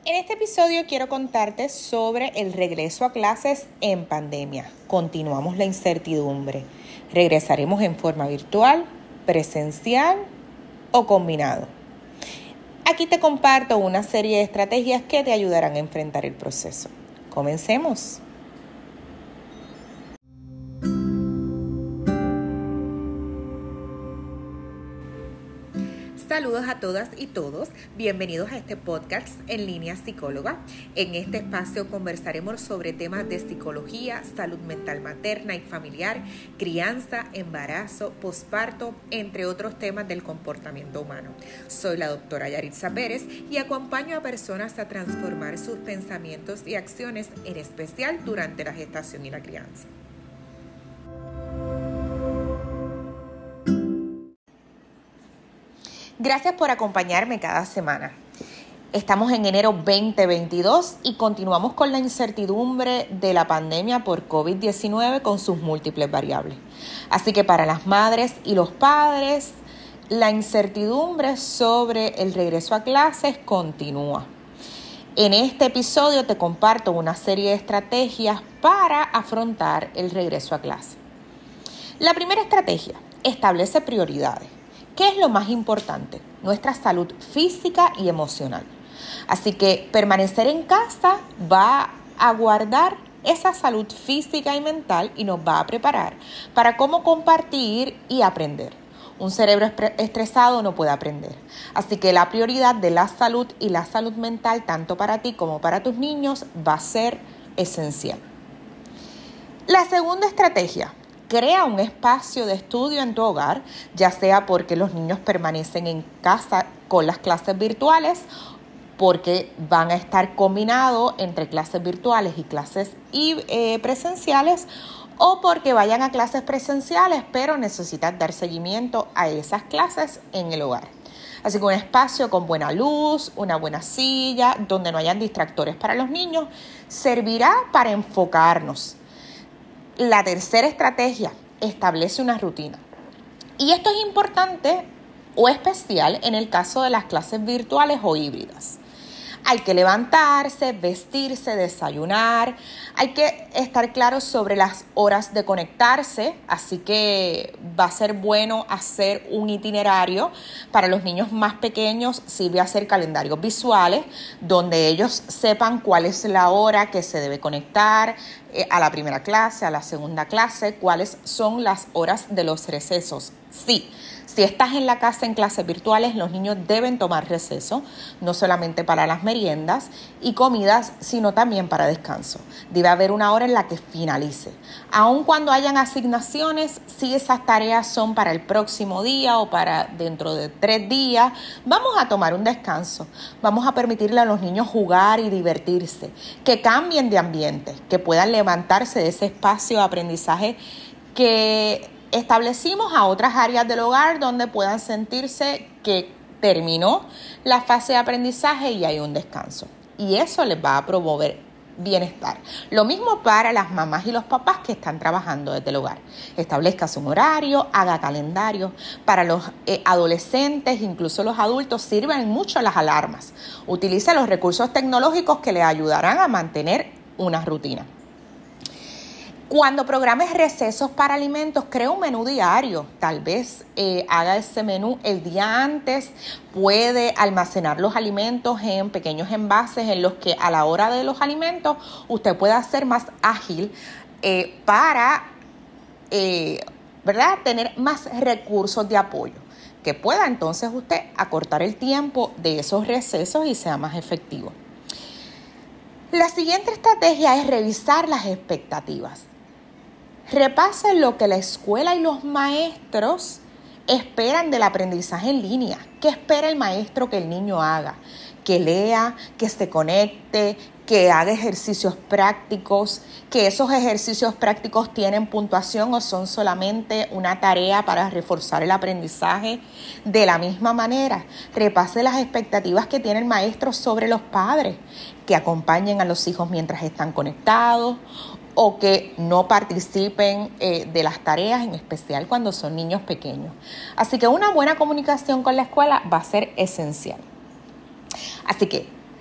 En este episodio quiero contarte sobre el regreso a clases en pandemia. Continuamos la incertidumbre. ¿Regresaremos en forma virtual, presencial o combinado? Aquí te comparto una serie de estrategias que te ayudarán a enfrentar el proceso. Comencemos. Saludos a todas y todos, bienvenidos a este podcast en línea psicóloga. En este espacio conversaremos sobre temas de psicología, salud mental materna y familiar, crianza, embarazo, posparto, entre otros temas del comportamiento humano. Soy la doctora Yaritza Pérez y acompaño a personas a transformar sus pensamientos y acciones, en especial durante la gestación y la crianza. Gracias por acompañarme cada semana. Estamos en enero 2022 y continuamos con la incertidumbre de la pandemia por COVID-19 con sus múltiples variables. Así que para las madres y los padres, la incertidumbre sobre el regreso a clases continúa. En este episodio te comparto una serie de estrategias para afrontar el regreso a clase. La primera estrategia, establece prioridades. ¿Qué es lo más importante? Nuestra salud física y emocional. Así que permanecer en casa va a guardar esa salud física y mental y nos va a preparar para cómo compartir y aprender. Un cerebro estresado no puede aprender. Así que la prioridad de la salud y la salud mental, tanto para ti como para tus niños, va a ser esencial. La segunda estrategia. Crea un espacio de estudio en tu hogar, ya sea porque los niños permanecen en casa con las clases virtuales, porque van a estar combinados entre clases virtuales y clases presenciales, o porque vayan a clases presenciales, pero necesitan dar seguimiento a esas clases en el hogar. Así que un espacio con buena luz, una buena silla, donde no hayan distractores para los niños, servirá para enfocarnos. La tercera estrategia, establece una rutina. Y esto es importante o especial en el caso de las clases virtuales o híbridas. Hay que levantarse, vestirse, desayunar. Hay que estar claro sobre las horas de conectarse. Así que va a ser bueno hacer un itinerario. Para los niños más pequeños sirve hacer calendarios visuales donde ellos sepan cuál es la hora que se debe conectar a la primera clase, a la segunda clase, cuáles son las horas de los recesos. Sí. Si estás en la casa en clases virtuales, los niños deben tomar receso, no solamente para las meriendas y comidas, sino también para descanso. Debe haber una hora en la que finalice. Aun cuando hayan asignaciones, si esas tareas son para el próximo día o para dentro de 3 días, vamos a tomar un descanso. Vamos a permitirle a los niños jugar y divertirse, que cambien de ambiente, que puedan levantarse de ese espacio de aprendizaje que establecimos a otras áreas del hogar donde puedan sentirse que terminó la fase de aprendizaje y hay un descanso. Y eso les va a promover bienestar. Lo mismo para las mamás y los papás que están trabajando desde el hogar. Establezca un horario, haga calendario. Para los adolescentes, incluso los adultos, sirven mucho las alarmas. Utilice los recursos tecnológicos que les ayudarán a mantener una rutina. Cuando programes recesos para alimentos, crea un menú diario. Tal vez haga ese menú el día antes. Puede almacenar los alimentos en pequeños envases en los que a la hora de los alimentos usted pueda ser más ágil para tener más recursos de apoyo. Que pueda entonces usted acortar el tiempo de esos recesos y sea más efectivo. La siguiente estrategia es revisar las expectativas. Repase lo que la escuela y los maestros esperan del aprendizaje en línea. ¿Qué espera el maestro que el niño haga? Que lea, que se conecte, que haga ejercicios prácticos, que esos ejercicios prácticos tienen puntuación o son solamente una tarea para reforzar el aprendizaje. De la misma manera, repase las expectativas que tiene el maestro sobre los padres, que acompañen a los hijos mientras están conectados, o que no participen de las tareas, en especial cuando son niños pequeños. Así que una buena comunicación con la escuela va a ser esencial. Así que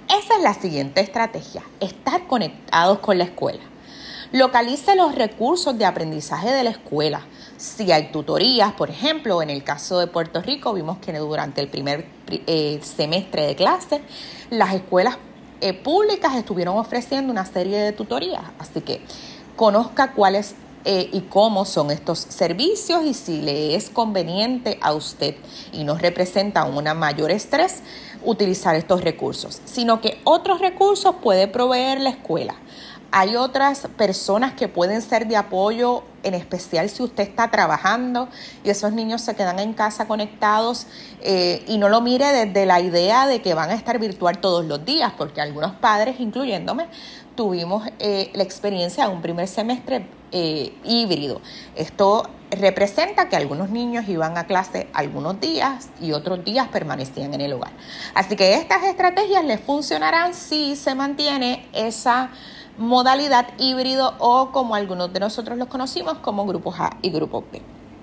Esa es la siguiente estrategia, estar conectados con la escuela. Localice los recursos de aprendizaje de la escuela. Si hay tutorías, por ejemplo, en el caso de Puerto Rico, vimos que durante el primer semestre de clase, las escuelas públicas estuvieron ofreciendo una serie de tutorías. Así que conozca cuáles y cómo son estos servicios y si le es conveniente a usted y no representa un mayor estrés utilizar estos recursos, sino que otros recursos puede proveer la escuela. Hay otras personas que pueden ser de apoyo, en especial si usted está trabajando y esos niños se quedan en casa conectados y no lo mire desde la idea de que van a estar virtual todos los días, porque algunos padres, incluyéndome, tuvimos la experiencia de un primer semestre híbrido. Esto representa que algunos niños iban a clase algunos días y otros días permanecían en el hogar. Así que estas estrategias les funcionarán si se mantiene esa modalidad híbrido o como algunos de nosotros los conocimos como grupos A y grupos B.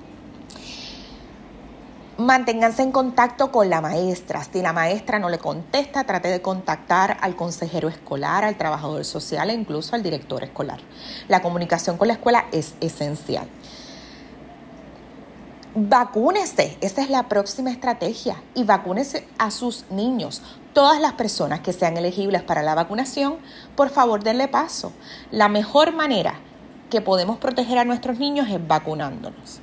Manténganse en contacto con la maestra. Si la maestra no le contesta, trate de contactar al consejero escolar, al trabajador social e incluso al director escolar. La comunicación con la escuela es esencial. Vacúnese, esa es la próxima estrategia, y vacúnese a sus niños. Todas las personas que sean elegibles para la vacunación, por favor denle paso. La mejor manera que podemos proteger a nuestros niños es vacunándonos.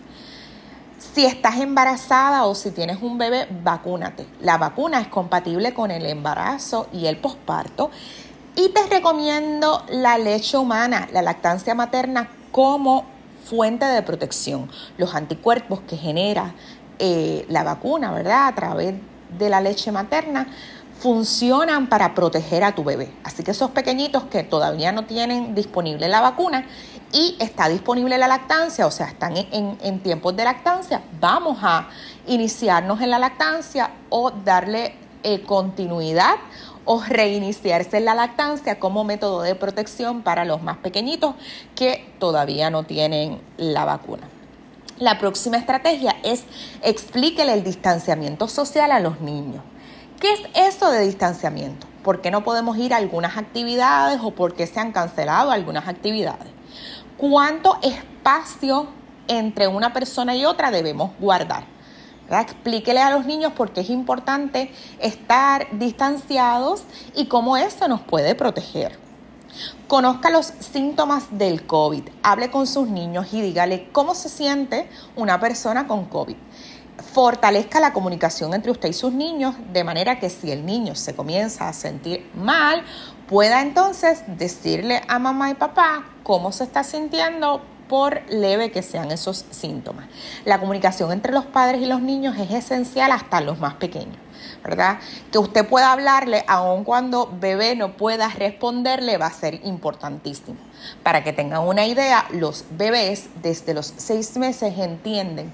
Si estás embarazada o si tienes un bebé, vacúnate. La vacuna es compatible con el embarazo y el posparto. Y te recomiendo la leche humana, la lactancia materna como fuente de protección. Los anticuerpos que genera la vacuna, ¿verdad? A través de la leche materna, funcionan para proteger a tu bebé. Así que esos pequeñitos que todavía no tienen disponible la vacuna y está disponible la lactancia, o sea, están en tiempos de lactancia, vamos a iniciarnos en la lactancia o darle continuidad o reiniciarse en la lactancia como método de protección para los más pequeñitos que todavía no tienen la vacuna. La próxima estrategia es explíquele el distanciamiento social a los niños. ¿Qué es eso de distanciamiento? ¿Por qué no podemos ir a algunas actividades o por qué se han cancelado algunas actividades? ¿Cuánto espacio entre una persona y otra debemos guardar? ¿Verdad? Explíquele a los niños por qué es importante estar distanciados y cómo eso nos puede proteger. Conozca los síntomas del COVID. Hable con sus niños y dígale cómo se siente una persona con COVID. Fortalezca la comunicación entre usted y sus niños de manera que si el niño se comienza a sentir mal, pueda entonces decirle a mamá y papá cómo se está sintiendo por leve que sean esos síntomas. La comunicación entre los padres y los niños es esencial hasta los más pequeños, ¿verdad? Que usted pueda hablarle aun cuando bebé no pueda responderle va a ser importantísimo. Para que tengan una idea, los bebés desde los 6 meses entienden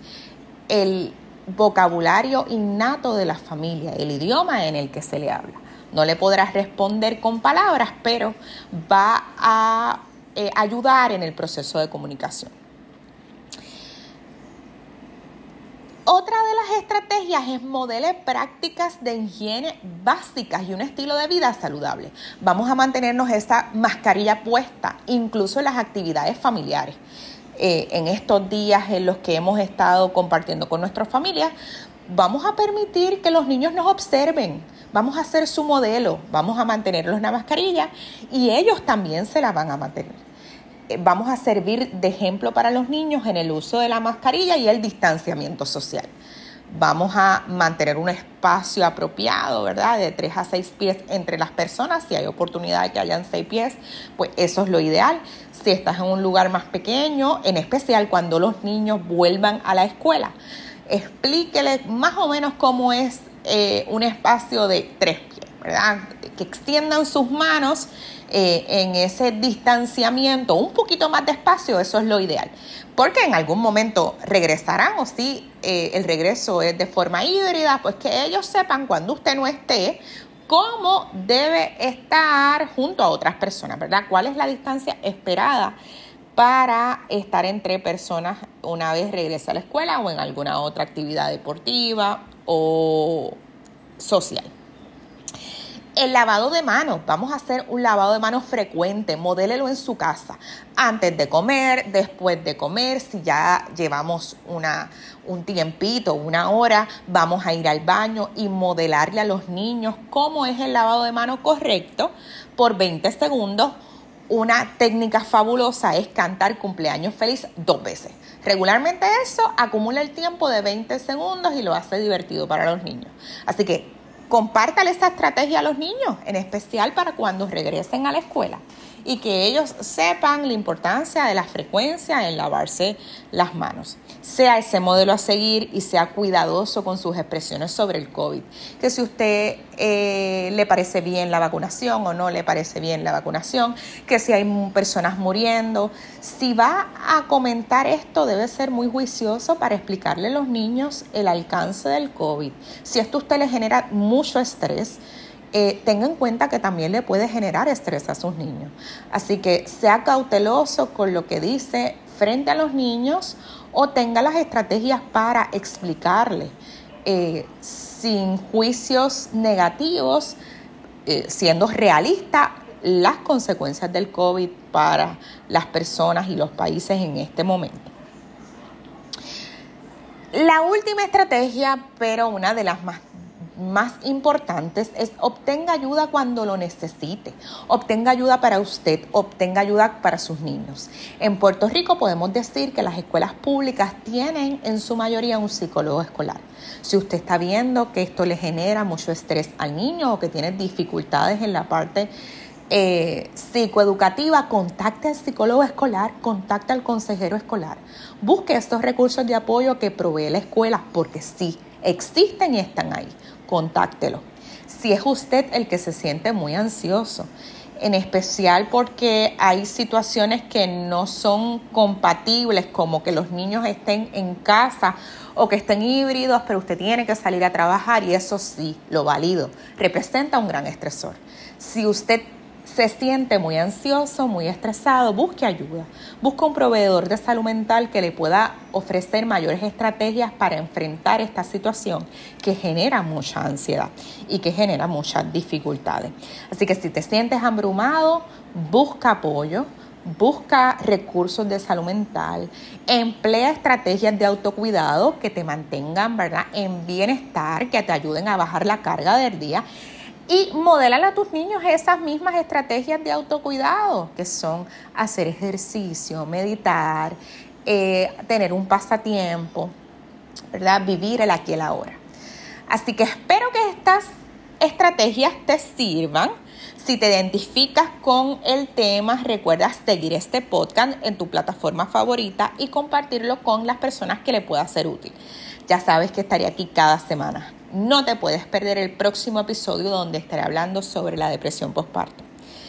el vocabulario innato de la familia, el idioma en el que se le habla. No le podrás responder con palabras, pero va a ayudar en el proceso de comunicación. Otra de las estrategias es modele prácticas de higiene básicas y un estilo de vida saludable. Vamos a mantenernos esa mascarilla puesta, incluso en las actividades familiares. En estos días en los que hemos estado compartiendo con nuestras familias, vamos a permitir que los niños nos observen, vamos a ser su modelo, vamos a mantenerlos en la mascarilla y ellos también se la van a mantener. Vamos a servir de ejemplo para los niños en el uso de la mascarilla y el distanciamiento social. Vamos a mantener un espacio apropiado, ¿verdad? De 3 a 6 pies entre las personas. Si hay oportunidad de que hayan 6 pies, pues eso es lo ideal. Si estás en un lugar más pequeño, en especial cuando los niños vuelvan a la escuela, explíqueles más o menos cómo es un espacio de 3 pies, ¿verdad? Que extiendan sus manos en ese distanciamiento, un poquito más de espacio, eso es lo ideal. Porque en algún momento regresarán o si el regreso es de forma híbrida, pues que ellos sepan cuando usted no esté cómo debe estar junto a otras personas, ¿verdad? ¿Cuál es la distancia esperada para estar entre personas una vez regrese a la escuela o en alguna otra actividad deportiva o social? El lavado de manos, vamos a hacer un lavado de manos frecuente, modélelo en su casa, antes de comer, después de comer, si ya llevamos un tiempito, una hora, vamos a ir al baño y modelarle a los niños cómo es el lavado de manos correcto por 20 segundos. Una técnica fabulosa es cantar cumpleaños feliz 2 veces. Regularmente eso acumula el tiempo de 20 segundos y lo hace divertido para los niños. Así que compártale esta estrategia a los niños, en especial para cuando regresen a la escuela y que ellos sepan la importancia de la frecuencia en lavarse las manos. Sea ese modelo a seguir y sea cuidadoso con sus expresiones sobre el COVID. Que si usted le parece bien la vacunación o no le parece bien la vacunación, que si hay personas muriendo. Si va a comentar esto, debe ser muy juicioso para explicarle a los niños el alcance del COVID. Si esto a usted le genera mucho estrés, tenga en cuenta que también le puede generar estrés a sus niños. Así que sea cauteloso con lo que dice frente a los niños o tenga las estrategias para explicarle sin juicios negativos, siendo realista las consecuencias del COVID para las personas y los países en este momento. La última estrategia, pero una de las más importantes, es obtenga ayuda cuando lo necesite. Obtenga ayuda para usted, obtenga ayuda para sus niños. En Puerto Rico podemos decir que las escuelas públicas tienen en su mayoría un psicólogo escolar. Si usted está viendo que esto le genera mucho estrés al niño o que tiene dificultades en la parte psicoeducativa, contacte al psicólogo escolar, contacte al consejero escolar. Busque estos recursos de apoyo que provee la escuela, porque sí, existen y están ahí. Contáctelo. Si es usted el que se siente muy ansioso, en especial porque hay situaciones que no son compatibles, como que los niños estén en casa o que estén híbridos, pero usted tiene que salir a trabajar, y eso sí, lo valido, representa un gran estresor. Si usted se siente muy ansioso, muy estresado, busque ayuda. Busque un proveedor de salud mental que le pueda ofrecer mayores estrategias para enfrentar esta situación que genera mucha ansiedad y que genera muchas dificultades. Así que si te sientes abrumado, busca apoyo, busca recursos de salud mental, emplea estrategias de autocuidado que te mantengan, ¿verdad?, en bienestar, que te ayuden a bajar la carga del día. Y modélale a tus niños esas mismas estrategias de autocuidado, que son hacer ejercicio, meditar, tener un pasatiempo, ¿verdad? Vivir el aquí y el ahora. Así que espero que estas estrategias te sirvan. Si te identificas con el tema, recuerda seguir este podcast en tu plataforma favorita y compartirlo con las personas que le pueda ser útil. Ya sabes que estaré aquí cada semana. No te puedes perder el próximo episodio donde estaré hablando sobre la depresión postparto.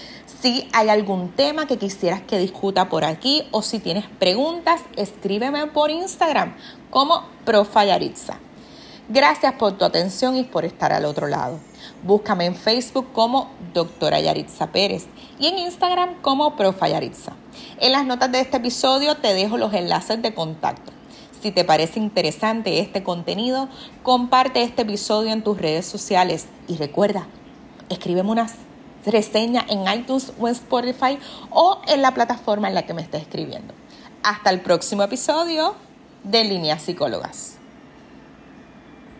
Si hay algún tema que quisieras que discuta por aquí o si tienes preguntas, escríbeme por Instagram como Profa Yaritza. Gracias por tu atención y por estar al otro lado. Búscame en Facebook como Doctora Yaritza Pérez y en Instagram como Profa Yaritza. En las notas de este episodio te dejo los enlaces de contacto. Si te parece interesante este contenido, comparte este episodio en tus redes sociales y recuerda, escríbeme una reseña en iTunes o en Spotify o en la plataforma en la que me estés escribiendo. Hasta el próximo episodio de Líneas Psicólogas.